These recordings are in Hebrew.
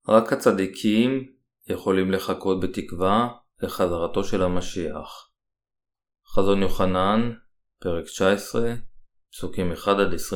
רק הצדיקים יכולים לחכות בתקווה לחזרתו של המשיח. חזון יוחנן, פרק 19, פסוקים 1-21.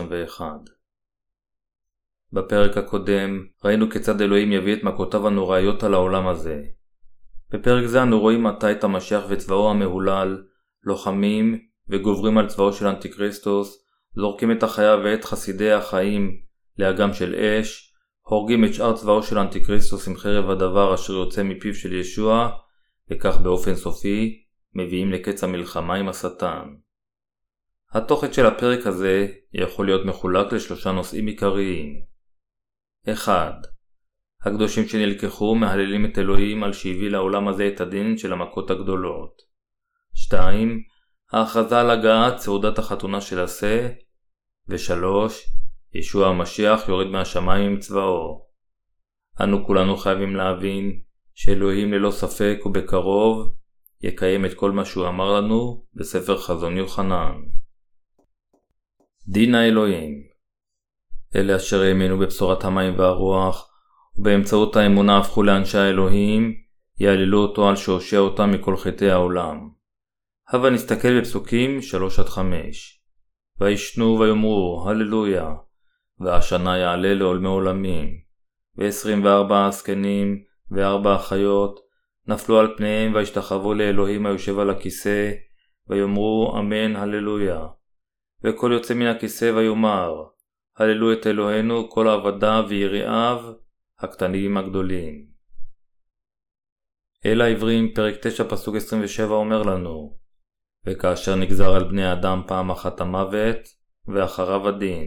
בפרק הקודם ראינו כיצד אלוהים יביא את מכותיו הנוראיות על העולם הזה. בפרק זה אנו רואים מתי את המשיח וצבאו המהולל, לוחמים וגוברים על צבאו של אנטיקריסטוס, זורקים את החיה ואת חסידי החיים לאגם של אש, הורגים את שאר צבאו של אנטיקריסטוס עם חרב הדבר אשר יוצא מפיו של ישוע, וכך באופן סופי מביאים לקץ המלחמה עם השטן. התוכן של הפרק הזה יכול להיות מחולק לשלושה נושאים עיקריים. 1. הקדושים שנלקחו מהללים את אלוהים על שהביא לעולם הזה את הדין של המכות הגדולות. 2. ההכרזה על הגעת סעודת החתונה של השה. ו3. ישוע המשיח יורד מהשמיים עם צבאו. אנו כולנו חייבים להבין שאלוהים ללא ספק ובקרוב יקיים את כל מה שהוא אמר לנו בספר חזון יוחנן. דין האלוהים. אלה אשר האמינו בבשורת המים והרוח ובאמצעות האמונה הפכו לאנשי האלוהים, יעללו אותו על שהושיע אותם מכל חטאי העולם. הבה נסתכל בפסוקים 3-5. וישנו ויאמרו הללויה, והשנה יעלה לעולמי עולמים. ו24 הזקנים ו4 אחיות נפלו על פניהם וישתחוו לאלוהים היושב על הכיסא, ויאמרו אמן הללויה. וכל יוצא מן הכיסא ויאמר הללו את אלוהינו כל עבדיו ויראיו, הקטנים הגדולים. אל העברים פרק 9 פסוק 27 אומר לנו, וכאשר נגזר על בני אדם פעם אחת המוות ואחריו הדין.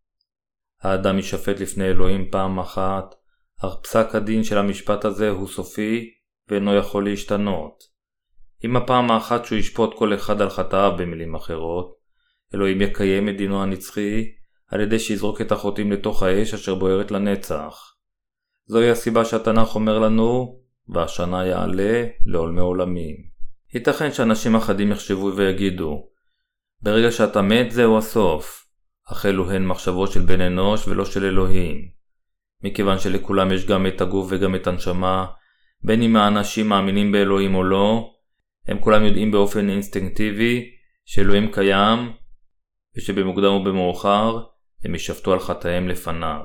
האדם יישפט לפני אלוהים פעם אחת, אך פסק הדין של המשפט הזה הוא סופי ואינו יכול להשתנות. אם הפעם האחת שהוא ישפוט כל אחד על חטאיו במילים אחרות, אלוהים יקיים את דינו הנצחי על ידי שיזרוק את החוטאים לתוך האש אשר בוערת לנצח. זוהי הסיבה שהתנ"ך אומר לנו, והשנה יעלה לעולמי עולמים. ייתכן שאנשים אחדים יחשבו ויגידו, ברגע שאתה מת זהו הסוף, אך אלו הן מחשבות של בן אנוש ולא של אלוהים. מכיוון שלכולם יש גם את הגוף וגם את הנשמה, בין אם האנשים מאמינים באלוהים או לא, הם כולם יודעים באופן אינסטינקטיבי שאלוהים קיים, ושבמוקדם ובמאוחר הם ישפטו על חטאיהם לפניו.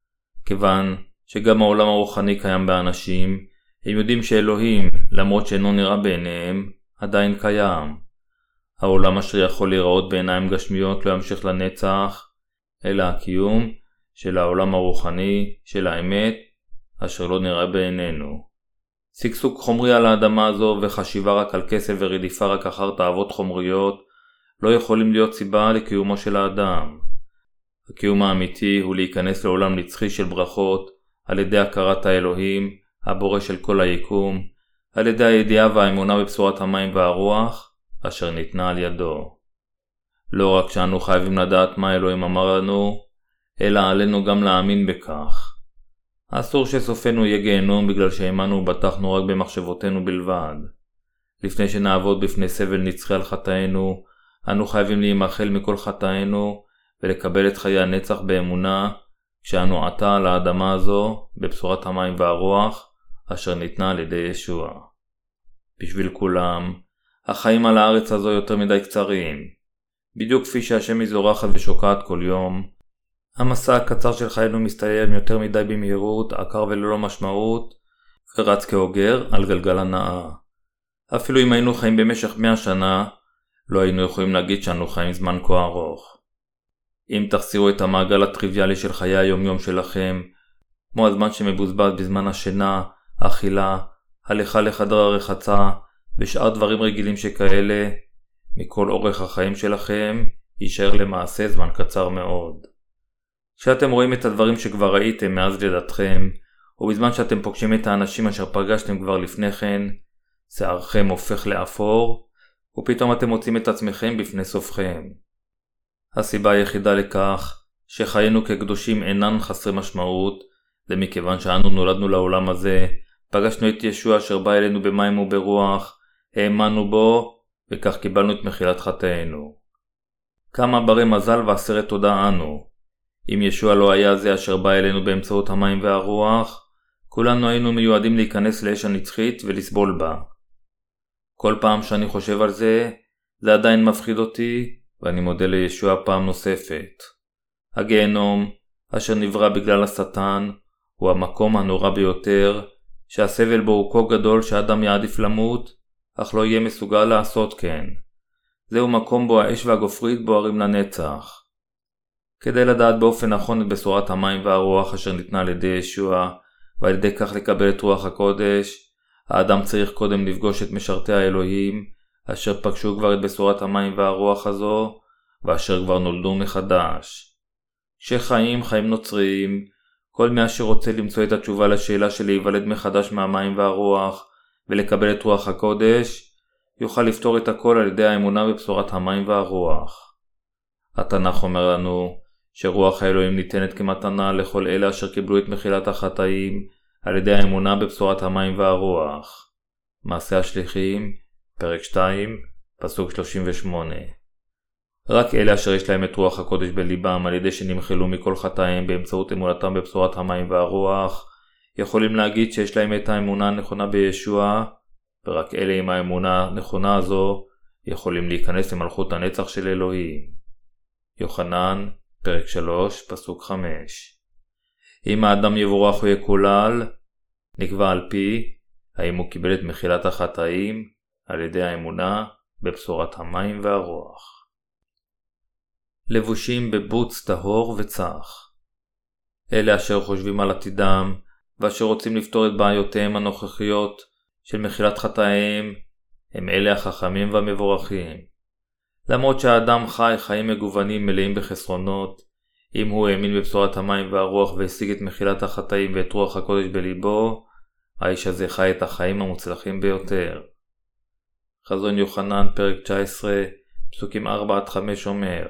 כיוון שגם העולם הרוחני קיים באנשים, הם יודעים שאלוהים, למרות שאינו נראה בעיניהם, עדיין קיים. העולם אשר יכול להיראות בעיניים גשמיות לא ימשיך לנצח, אלא הקיום של העולם הרוחני, של האמת, אשר לא נראה בעינינו. סגסוג חומרי על האדמה הזו וחשיבה רק על כסף ורדיפה רק אחר תאוות חומריות, לא יכולים להיות סיבה לקיומו של האדם. הקיום האמיתי הוא להיכנס לעולם נצחי של ברכות, על ידי הכרת האלוהים, הבורא של כל היקום, על ידי הידיעה והאמונה בבשורת המים והרוח, אשר ניתנה על ידו. לא רק שאנו חייבים לדעת מה אלוהים אמר לנו, אלא עלינו גם להאמין בכך. אסור שסופנו יהיה גיהנום בגלל שהאמנו ובטחנו רק במחשבותינו בלבד. לפני שנעבוד בפני סבל נצחי על חטאינו, אנו חייבים להימחל מכל חטאינו ולקבל את חיי הנצח באמונה, כשאנו עתה על האדמה הזו בבשורת המים והרוח, אשר ניתנה על ידי ישוע. בשביל כולם, החיים על הארץ הזו יותר מדי קצרים. בדיוק כפי שהשם זורחת ושוקעת כל יום, המסע הקצר של חיינו מסתיים יותר מדי במהירות, עקר וללא משמעות, ורץ כאוגר על גלגל הנאה. אפילו אם היינו חיים במשך 100 שנה, לא היינו יכולים להגיד שאנו חיים זמן כה ארוך. אם תחסירו את המעגל הטריוויאלי של חיי היומיום שלכם, כמו הזמן שמבוזבז בזמן השינה, אכילה, הליכה לחדר הרחצה ושאר דברים רגילים שכאלה, מכל אורך החיים שלכם יישאר למעשה זמן קצר מאוד. כשאתם רואים את הדברים שכבר ראיתם מאז לידתכם, ובזמן שאתם פוגשים את האנשים אשר פגשתם כבר לפני כן, שערכם הופך לאפור, ופתאום אתם מוצאים את עצמכם בפני סופכם. הסיבה היחידה לכך שחיינו כקדושים אינן חסרי משמעות, זה מכיוון שאנו נולדנו לעולם הזה, פגשנו את ישוע אשר בא אלינו במים וברוח, האמנו בו, וכך קיבלנו את מחילת חטאינו. כמה ברי מזל ועשרת תודה אנו. אם ישוע לא היה זה אשר בא אלינו באמצעות המים והרוח, כולנו היינו מיועדים להיכנס לאש הנצחית ולסבול בה. כל פעם שאני חושב על זה, זה עדיין מפחיד אותי, ואני מודה לישוע פעם נוספת. הגיהנום, אשר נברא בגלל השטן, הוא המקום הנורא ביותר, שהסבל בו הוא כה גדול שהאדם יעדיף למות, אך לא יהיה מסוגל לעשות כן. זהו מקום בו האש והגופרית בוערים לנצח. כדי לדעת באופן נכון את בשורת המים והרוח אשר ניתנה על ידי ישוע, ועל ידי כך לקבל את רוח הקודש, האדם צריך קודם לפגוש את משרתי האלוהים, אשר פגשו כבר את בשורת המים והרוח הזו, ואשר כבר נולדו מחדש. כשחיים חיים נוצריים, כל מי אשר רוצה למצוא את התשובה לשאלה של להיוולד מחדש מהמים והרוח, ולקבל את רוח הקודש, יוכל לפתור את הכל על ידי האמונה בבשורת המים והרוח. התנ"ך אומר לנו שרוח האלוהים ניתנת כמתנה לכל אלה אשר קיבלו את מחילת החטאים על ידי האמונה בבשורת המים והרוח. מעשה השליחים, פרק 2, פסוק 38. רק אלה אשר יש להם את רוח הקודש בליבם על ידי שנמחלו מכל חטאים באמצעות אמונתם בבשורת המים והרוח, יכולים להגיד שיש להם את האמונה הנכונה בישוע, ורק אלה עם האמונה הנכונה הזו יכולים להיכנס למלכות הנצח של אלוהים. יוחנן, פרק 3, פסוק 5. אם האדם יבורך או יקולל, נקבע על פי האם הוא קיבל את מחילת החטאים על ידי האמונה בבשורת המים והרוח. לבושים בבוץ טהור וצח. אלה אשר חושבים על עתידם ואשר רוצים לפתור את בעיותיהם הנוכחיות של מחילת חטאים, הם אלה החכמים והמבורכים. למרות שהאדם חי חיים מגוונים מלאים בחסרונות, אם הוא האמין בבשורת המים והרוח והשיג את מחילת החטאים ואת רוח הקודש בליבו, האיש הזה חי את החיים המוצלחים ביותר. חזון יוחנן, פרק 19, פסוקים 4-5 אומר: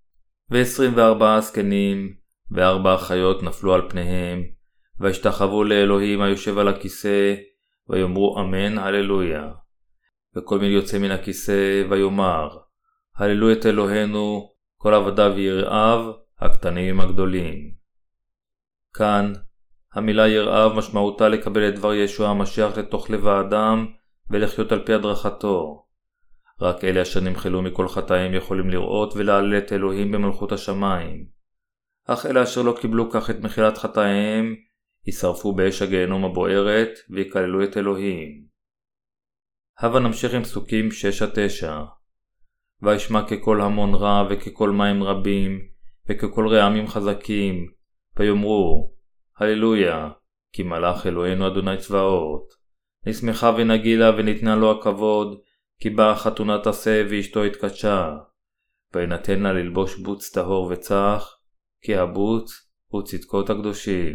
ו24 זקנים ו4 אחיות נפלו על פניהם, והשתחוו לאלוהים היושב על הכיסא, ויאמרו אמן, הללויה. וכל מי יוצא מן הכיסא ויאמר הללו את אלוהינו, כל עבדיו יראיו, הקטנים הגדולים. כאן, המילה יראיו משמעותה לקבל את דבר ישוע המשיח לתוך לב האדם ולחיות על פי הדרכתו. רק אלה אשר נמחלו מכל חטאים יכולים לראות ולהלל את אלוהים במלכות השמיים. אך אלה אשר לא קיבלו כך את מחילת חטאיהם, ישרפו באש הגיהנום הבוערת ויקללו את אלוהים. הבה נמשיך עם פסוקים 6-9. וישמע ככל המון רע וככל מים רבים וככל רעמים חזקים, ויאמרו הללויה, כי מלך אלוהינו אדוני צבאות. נשמחה ונגילה וניתנה לו הכבוד, כי באה חתונת עשה ואשתו התקדשה. וינתן לה ללבוש בוץ טהור וצח, כי הבוץ הוא צדקות הקדושים.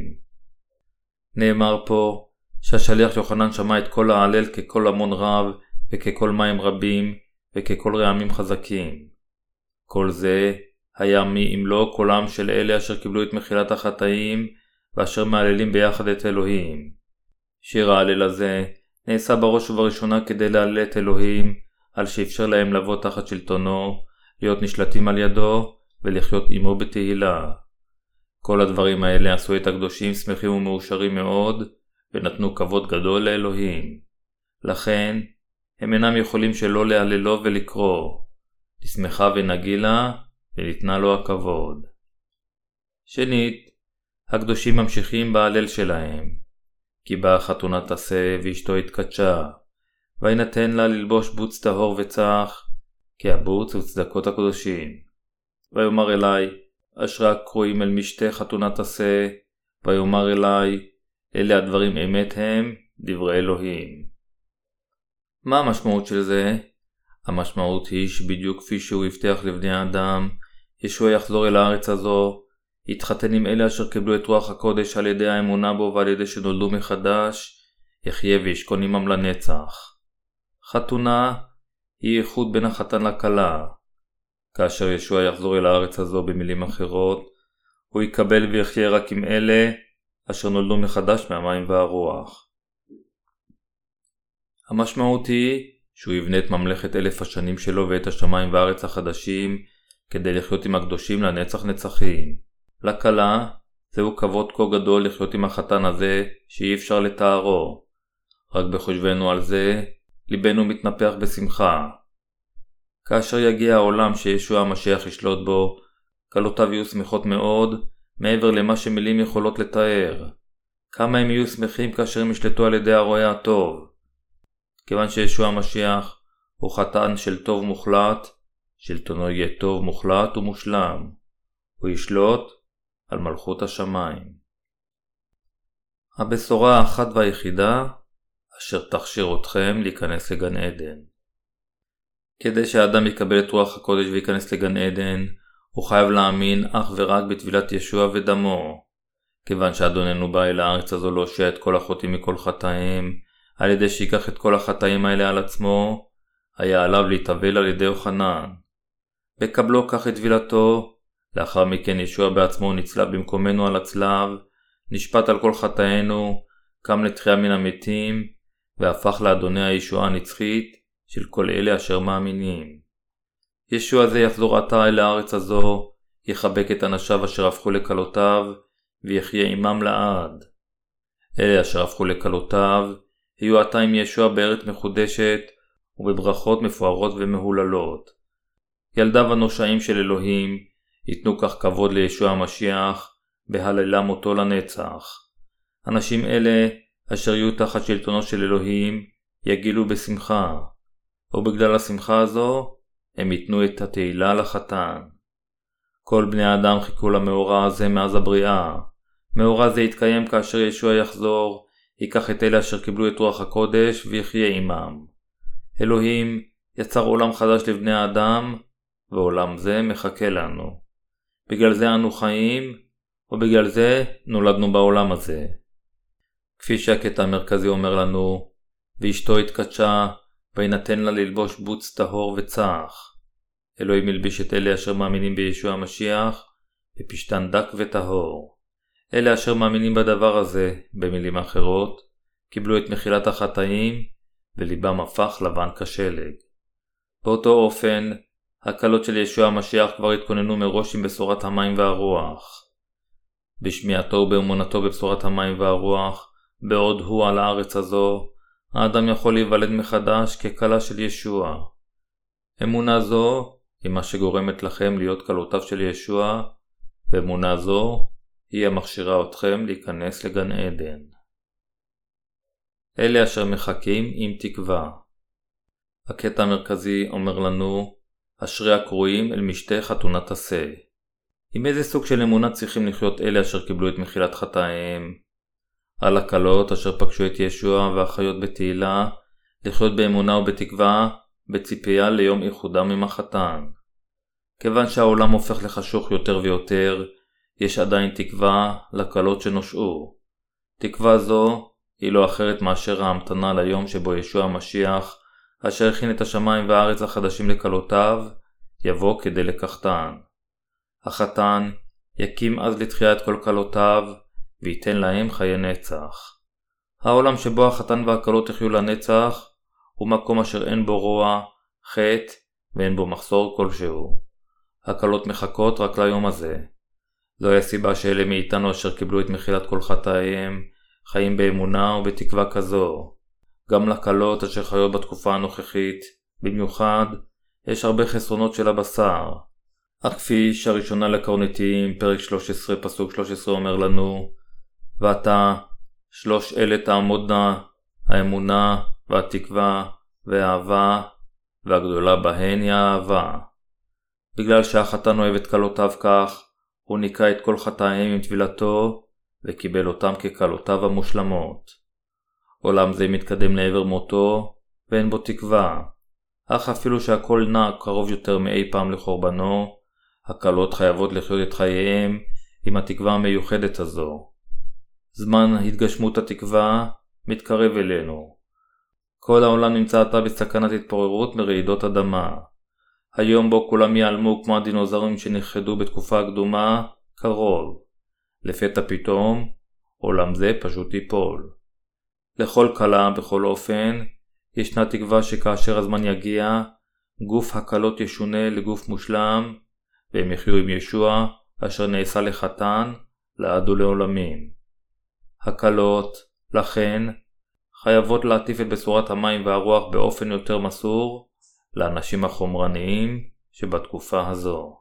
נאמר פה שהשליח יוחנן שמע את כל ההלל ככל המון רב וככל מים רבים וככל רעמים חזקים. כל זה היה מי אם לא קולם של אלה אשר קיבלו את מחילת החטאים ואשר מעללים ביחד את אלוהים. שיר ההלל הזה נעשה בראש ובראשונה כדי להלל את אלוהים על שאפשר להם לבוא תחת שלטונו, להיות נשלטים על ידו ולחיות עמו בתהילה. כל הדברים האלה עשו את הקדושים שמחים ומאושרים מאוד ונתנו כבוד גדול לאלוהים. לכן הם אינם יכולים שלא להללו ולקרוא נשמחה ונגילה וניתנה לו הכבוד. שנית, הקדושים ממשיכים בהלל שלהם. כי באה חתונת עשה ואשתו התקדשה, וינתן לה ללבוש בוץ טהור וצח, כי הבוץ הוא צדקות הקדושים. ויאמר אלי, אשרי הקרואים אל משתה חתונת עשה, ויאמר אלי, אלה הדברים אמת הם, דברי אלוהים. מה המשמעות של זה? המשמעות היא שבדיוק כפי שהוא הבטיח לבני האדם, ישוע יחזור אל הארץ הזו, יתחתן עם אלה אשר קיבלו את רוח הקודש על ידי האמונה בו ועל ידי שנולדו מחדש, יחיה וישכון עמם לנצח. חתונה היא איחוד בין החתן לכלה. כאשר ישוע יחזור אל הארץ הזו במילים אחרות, הוא יקבל ויחיה רק עם אלה אשר נולדו מחדש מהמים והרוח. המשמעות היא שהוא יבנה את ממלכת 1000 השנים שלו ואת השמיים והארץ החדשים כדי לחיות עם הקדושים לנצח נצחים. לכלה זהו כבוד כה גדול לחיות עם החתן הזה שאי אפשר לתארו. רק בחושבנו על זה, ליבנו מתנפח בשמחה. כאשר יגיע העולם שישוע המשיח ישלוט בו, כלותיו יהיו שמחות מאוד, מעבר למה שמילים יכולות לתאר. כמה הם יהיו שמחים כאשר הם ישלטו על ידי הרועה הטוב. כיוון שישוע המשיח הוא חתן של טוב מוחלט, שלטונו יהיה טוב מוחלט ומושלם. הוא ישלוט על מלכות השמיים. הבשורה האחת והיחידה אשר תכשיר אתכם להיכנס לגן עדן. כדי שהאדם יקבל את רוח הקודש וייכנס לגן עדן, הוא חייב להאמין אך ורק בטבילת ישוע ודמו. כיוון שאדוננו בא אל הארץ הזו להושיע את כל החוטאים מכל חטאים, על ידי שיקח את כל החטאים האלה על עצמו, היה עליו להתאבל על ידי יוחנן. בקבלו כך את טבילתו, לאחר מכן ישוע בעצמו נצלב במקומנו על הצלב, נשפט על כל חטאינו, קם לתחייה מן המתים, והפך לאדוני הישועה הנצחית של כל אלה אשר מאמינים. ישוע זה יחזור עתה אל הארץ הזו, יחבק את אנשיו אשר הפכו לכלותיו, ויחיה עמם לעד. אלה אשר הפכו לכלותיו, יהיו עתה עם ישוע בארץ מחודשת, ובברכות מפוארות ומהוללות. ילדיו הנושעים של אלוהים, ייתנו כך כבוד לישוע המשיח, בהללה מותו לנצח. אנשים אלה, אשר יהיו תחת שלטונו של אלוהים, יגילו בשמחה, ובגלל השמחה הזו, הם ייתנו את התהילה לחתן. כל בני האדם חיכו למאורע הזה מאז הבריאה. מאורע זה יתקיים כאשר ישוע יחזור, ייקח את אלה אשר קיבלו את רוח הקודש ויחיה עמם. אלוהים יצר עולם חדש לבני האדם, ועולם זה מחכה לנו. בגלל זה אנו חיים, ובגלל זה נולדנו בעולם הזה. כפי שהקטע המרכזי אומר לנו, ואשתו התקדשה, וינתן לה ללבוש בוץ טהור וצח. אלוהים ילביש את אלה אשר מאמינים בישוע המשיח, בפשתן דק וטהור. אלה אשר מאמינים בדבר הזה, במילים אחרות, קיבלו את מחילת החטאים, וליבם הפך לבן כשלג. באותו אופן, הקלות של ישוע המשיח כבר התכוננו מראש עם בשורת המים והרוח. בשמיעתו ובאמונתו בבשורת המים והרוח, בעוד הוא על הארץ הזו, האדם יכול להיוולד מחדש כקלה של ישוע. אמונה זו היא מה שגורמת לכם להיות קלותיו של ישוע, ואמונה זו היא המכשירה אתכם להיכנס לגן עדן. אלה אשר מחכים עם תקווה. הקטע המרכזי אומר לנו, אשרי הקרואים אל משתה חתונת עשה. עם איזה סוג של אמונה צריכים לחיות אלה אשר קיבלו את מחילת חטאיהם? על הקלות אשר פגשו את ישוע והחיות בתהילה, לחיות באמונה ובתקווה, בציפייה ליום איחודם עם החתן. כיוון שהעולם הופך לחשוך יותר ויותר, יש עדיין תקווה לקלות שנושעו. תקווה זו היא לא אחרת מאשר ההמתנה ליום שבו ישוע המשיח, אשר הכין את השמיים והארץ החדשים לקלותיו, יבוא כדי לקחתן. החתן יקים אז לתחייה את כל קלותיו, וייתן להם חיי נצח. העולם שבו החתן והקלות יחיו לנצח, הוא מקום אשר אין בו רוע, חטא, ואין בו מחסור כלשהו. הקלות מחכות רק ליום הזה. זוהי הסיבה שאלה מאיתנו אשר קיבלו את מחילת כל חטאיהם, חיים באמונה ובתקווה כזו. גם לקלות אשר חיות בתקופה הנוכחית, במיוחד, יש הרבה חסרונות של הבשר. אך כפי שהראשונה לקורינתיים, פרק 13, פסוק 13 אומר לנו, ועתה, שלוש אלה תעמודנה, האמונה והתקווה והאהבה, והגדולה בהן היא האהבה. בגלל שהחתן אוהב את קלותיו כך, הוא ניקה את כל חטאיהם עם טבילתו, וקיבל אותם כקלותיו המושלמות. עולם זה מתקדם לעבר מותו, ואין בו תקווה. אך אפילו שהכל נע קרוב יותר מאי פעם לחורבנו, הקלות חייבות לחיות את חייהם עם התקווה המיוחדת הזו. זמן התגשמות התקווה מתקרב אלינו. כל העולם נמצא עתה בסכנת התפוררות מרעידות אדמה. היום בו כולם ייעלמו כמו הדינוזאורים שנכחדו בתקופה הקדומה, קרוב. לפתע פתאום, עולם זה פשוט ייפול. לכל קלה, בכל אופן, ישנה תקווה שכאשר הזמן יגיע, גוף הקלות ישונה לגוף מושלם, והם יחיו עם ישוע, אשר נעשה לחתן, לעד ולעולמים. הקלות, לכן, חייבות להטיף את בשורת המים והרוח באופן יותר מסור לאנשים החומרניים שבתקופה הזו.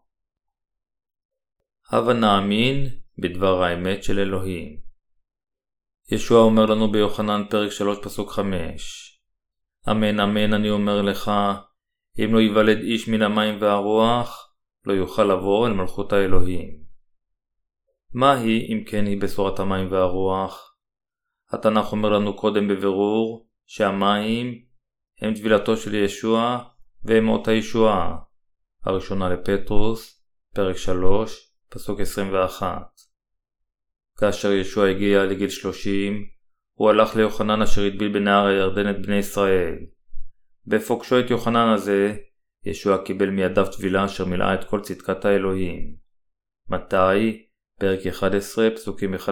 הבה נאמין בדבר האמת של אלוהים. ישוע אומר לנו ביוחנן פרק 3 פסוק 5, אמן אמן אני אומר לך, אם לא ייוולד איש מן המים והרוח, לא יוכל לבוא אל מלכות האלוהים. מהי אם כן היא בשורת המים והרוח? התנ"ך אומר לנו קודם בבירור שהמים הם טבילתו של ישוע והם אות הישועה. הראשונה לפטרוס, פרק 3, פסוק 21. כאשר ישוע הגיע לגיל 30, הוא הלך ליוחנן אשר הטביל בנהר הירדן את בני ישראל. בפוגשו את יוחנן הזה, ישוע קיבל מידיו טבילה אשר מילאה את כל צדקת האלוהים. מתי? פרק 11, פסוקים 11-14,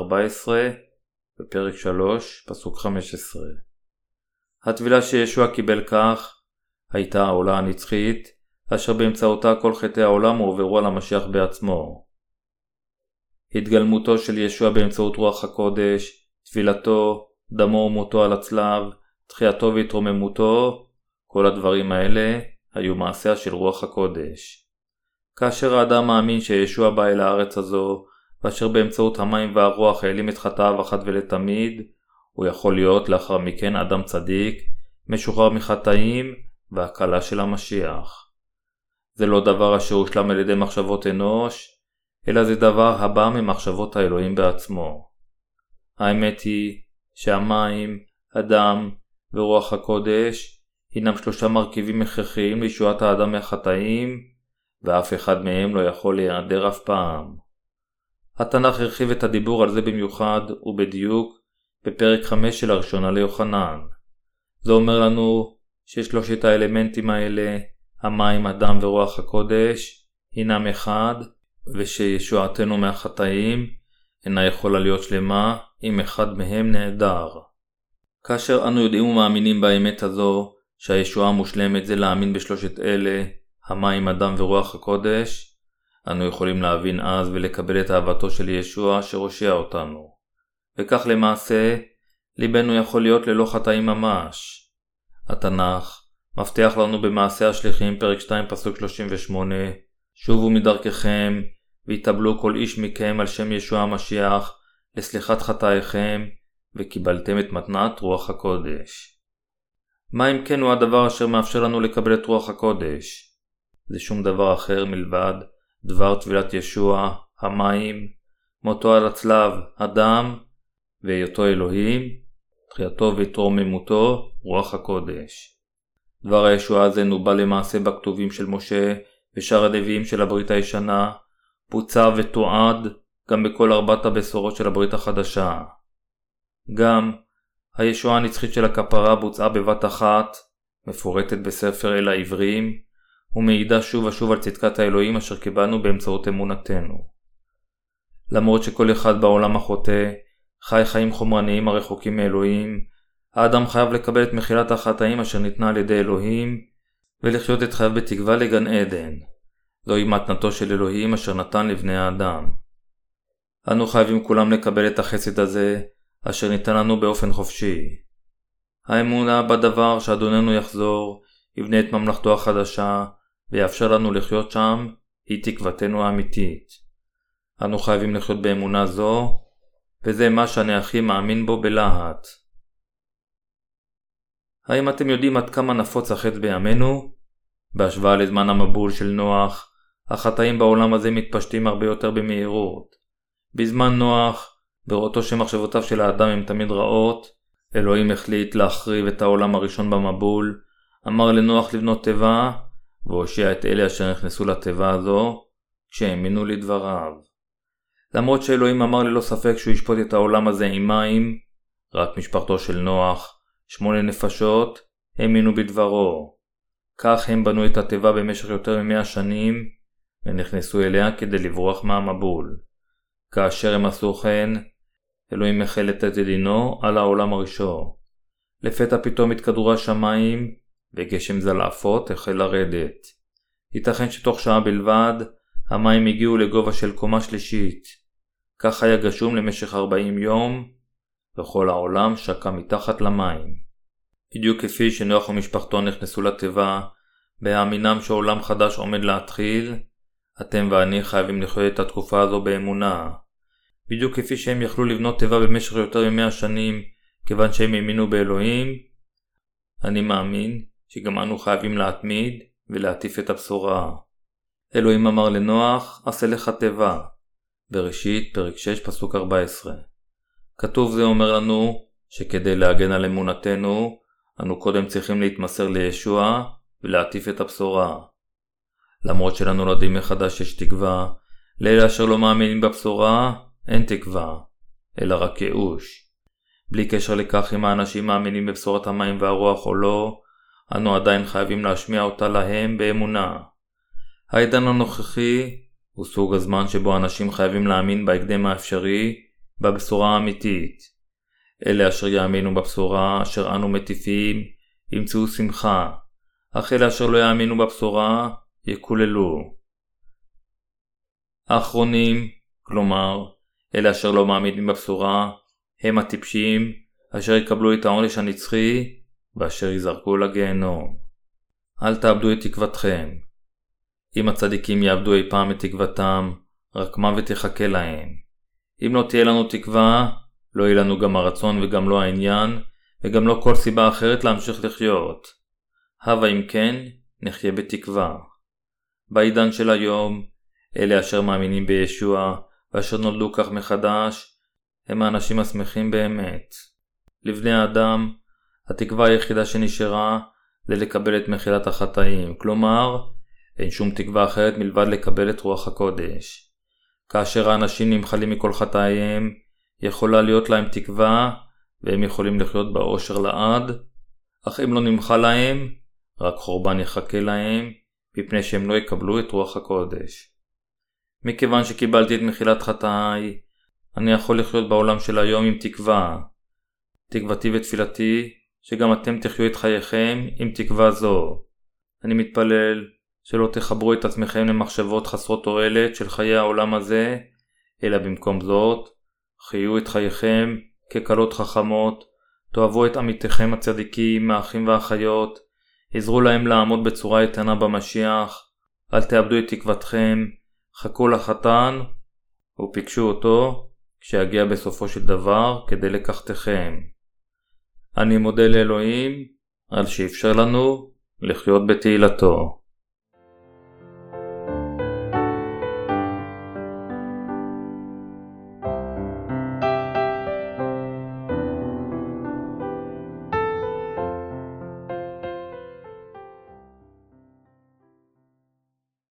ופרק 3, פסוק 15. הטבילה שישוע קיבל כך, הייתה העולה הנצחית, אשר באמצעותה כל חטאי העולם הועברו על המשיח בעצמו. התגלמותו של ישוע באמצעות רוח הקודש, טבילתו, דמו ומותו על הצלב, תחייתו והתרוממותו, כל הדברים האלה היו מעשיה של רוח הקודש. כאשר האדם מאמין שישוע בא אל הארץ הזו, ואשר באמצעות המים והרוח העלים את חטאיו אחת ולתמיד, הוא יכול להיות לאחר מכן אדם צדיק, משוחרר מחטאים והקלה של המשיח. זה לא דבר אשר הושלם על ידי מחשבות אנוש, אלא זה דבר הבא ממחשבות האלוהים בעצמו. האמת היא שהמים, הדם ורוח הקודש הינם שלושה מרכיבים הכרחיים לישועת האדם מהחטאים, ואף אחד מהם לא יכול להיעדר אף פעם. התנ"ך הרחיב את הדיבור על זה במיוחד ובדיוק בפרק 5 של הראשונה ליוחנן. זה אומר לנו ששלושת האלמנטים האלה, המים, הדם ורוח הקודש, הינם אחד, ושישועתנו מהחטאים אינה יכולה להיות שלמה אם אחד מהם נעדר. כאשר אנו יודעים ומאמינים באמת הזו שהישועה המושלמת זה להאמין בשלושת אלה, המים, הדם ורוח הקודש, אנו יכולים להבין אז ולקבל את אהבתו של ישוע שהושיע אותנו. וכך למעשה, ליבנו יכול להיות ללא חטאים ממש. התנ"ך מבטיח לנו במעשה השליחים פרק 2 פסוק 38, שובו מדרככם והתאבלו כל איש מכם על שם ישוע המשיח לסליחת חטאיכם וקיבלתם את מתנת רוח הקודש. מה אם כן הוא הדבר אשר מאפשר לנו לקבל את רוח הקודש? זה שום דבר אחר מלבד דבר טבילת ישוע, המים, מותו על הצלב, הדם, והיותו אלוהים, תחייתו והתרוממותו, רוח הקודש. דבר הישועה הזה נובע למעשה בכתובים של משה ושאר הנביאים של הברית הישנה, בוצע ותועד גם בכל 4 הבשורות של הברית החדשה. גם הישועה הנצחית של הכפרה בוצעה בבת אחת, מפורטת בספר אל העברים, ומעידה שוב ושוב על צדקת האלוהים אשר קיבלנו באמצעות אמונתנו. למרות שכל אחד בעולם החוטא חי חיים חומרניים הרחוקים מאלוהים, האדם חייב לקבל את מחילת החטאים אשר ניתנה על ידי אלוהים, ולחיות את חייו בתקווה לגן עדן. זוהי מתנתו של אלוהים אשר נתן לבני האדם. אנו חייבים כולם לקבל את החסד הזה, אשר ניתן לנו באופן חופשי. האמונה בדבר שאדוננו יחזור, יבנה את ממלכתו החדשה, ויאפשר לנו לחיות שם, היא תקוותנו האמיתית. אנו חייבים לחיות באמונה זו, וזה מה שאני הכי מאמין בו בלהט. האם אתם יודעים עד כמה נפוץ החטא בימינו? בהשוואה לזמן המבול של נוח, החטאים בעולם הזה מתפשטים הרבה יותר במהירות. בזמן נוח, בראותו שמחשבותיו של האדם הם תמיד רעות, אלוהים החליט להחריב את העולם הראשון במבול, אמר לנוח לבנות תיבה, והושיע את אלה אשר נכנסו לתיבה הזו, כשהאמינו לדבריו. למרות שאלוהים אמר ללא ספק שהוא ישפוט את העולם הזה עם מים, רק משפחתו של נוח, 8 נפשות, האמינו בדברו. כך הם בנו את התיבה במשך יותר מ100 שנים, ונכנסו אליה כדי לברוח מהמבול. כאשר הם עשו כן, אלוהים החל את דינו על העולם הראשון. לפתע פתאום התקדרו השמיים, וגשם זלעפות החל לרדת. ייתכן שתוך שעה בלבד, המים הגיעו לגובה של קומה שלישית. כך היה גשום למשך 40 יום, וכל העולם שקע מתחת למים. בדיוק כפי שנוח ומשפחתו נכנסו לתיבה, בהאמינם שעולם חדש עומד להתחיל, אתם ואני חייבים לחיות את התקופה הזו באמונה. בדיוק כפי שהם יכלו לבנות תיבה במשך יותר מ100 שנים, כיוון שהם האמינו באלוהים, אני מאמין שגם אנו חייבים להתמיד ולהטיף את הבשורה. אלוהים אמר לנוח, עשה לך תיבה. בראשית, פרק 6, פסוק 14. כתוב זה אומר לנו שכדי להגן על אמונתנו, אנו קודם צריכים להתמסר לישוע ולהטיף את הבשורה. למרות שלנולדים מחדש יש תקווה, לאלה אשר לא מאמינים בבשורה אין תקווה, אלא רק ייאוש. בלי קשר לכך אם האנשים מאמינים בבשורת המים והרוח או לא, אנו עדיין חייבים להשמיע אותה להם באמונה. העידן הנוכחי הוא סוג הזמן שבו אנשים חייבים להאמין בהקדם האפשרי, בבשורה האמיתית. אלה אשר יאמינו בבשורה אשר אנו מטיפים, ימצאו שמחה, אך אלה אשר לא יאמינו בבשורה, יקוללו. האחרונים, כלומר, אלה אשר לא מאמינים בבשורה, הם הטיפשים, אשר יקבלו את העונש הנצחי, ואשר יזרקו לגיהנום. אל תאבדו את תקוותכם. אם הצדיקים יאבדו אי פעם את תקוותם, רק מוות יחכה להם. אם לא תהיה לנו תקווה, לא יהיה לנו גם הרצון וגם לא העניין, וגם לא כל סיבה אחרת להמשיך לחיות. הווה אם כן, נחיה בתקווה. בעידן של היום, אלה אשר מאמינים בישוע, ואשר נולדו כך מחדש, הם האנשים השמחים באמת. לבני האדם, התקווה היחידה שנשארה, לקבל את מחילת החטאים, כלומר, אין שום תקווה אחרת מלבד לקבל את רוח הקודש. כאשר האנשים נמחלים מכל חטאיהם, יכולה להיות להם תקווה, והם יכולים לחיות באושר לעד, אך אם לא נמחל להם, רק חורבן יחכה להם, מפני שהם לא יקבלו את רוח הקודש. מכיוון שקיבלתי את מחילת חטאי, אני יכול לחיות בעולם של היום עם תקווה. תקוותי ותפילתי, שגם אתם תחיו את חייכם עם תקווה זו. אני מתפלל שלא תחברו את עצמכם למחשבות חסרות תועלת של חיי העולם הזה, אלא במקום זאת, חיו את חייכם כקלות חכמות, תאהבו את עמיתיכם הצדיקים, האחים והאחיות, עזרו להם לעמוד בצורה איתנה במשיח, אל תאבדו את תקוותכם, חכו לחתן ופגשו אותו כשיגיע בסופו של דבר כדי לקחתכם. אני מודה לאלוהים על שאפשר לנו לחיות בתהילתו.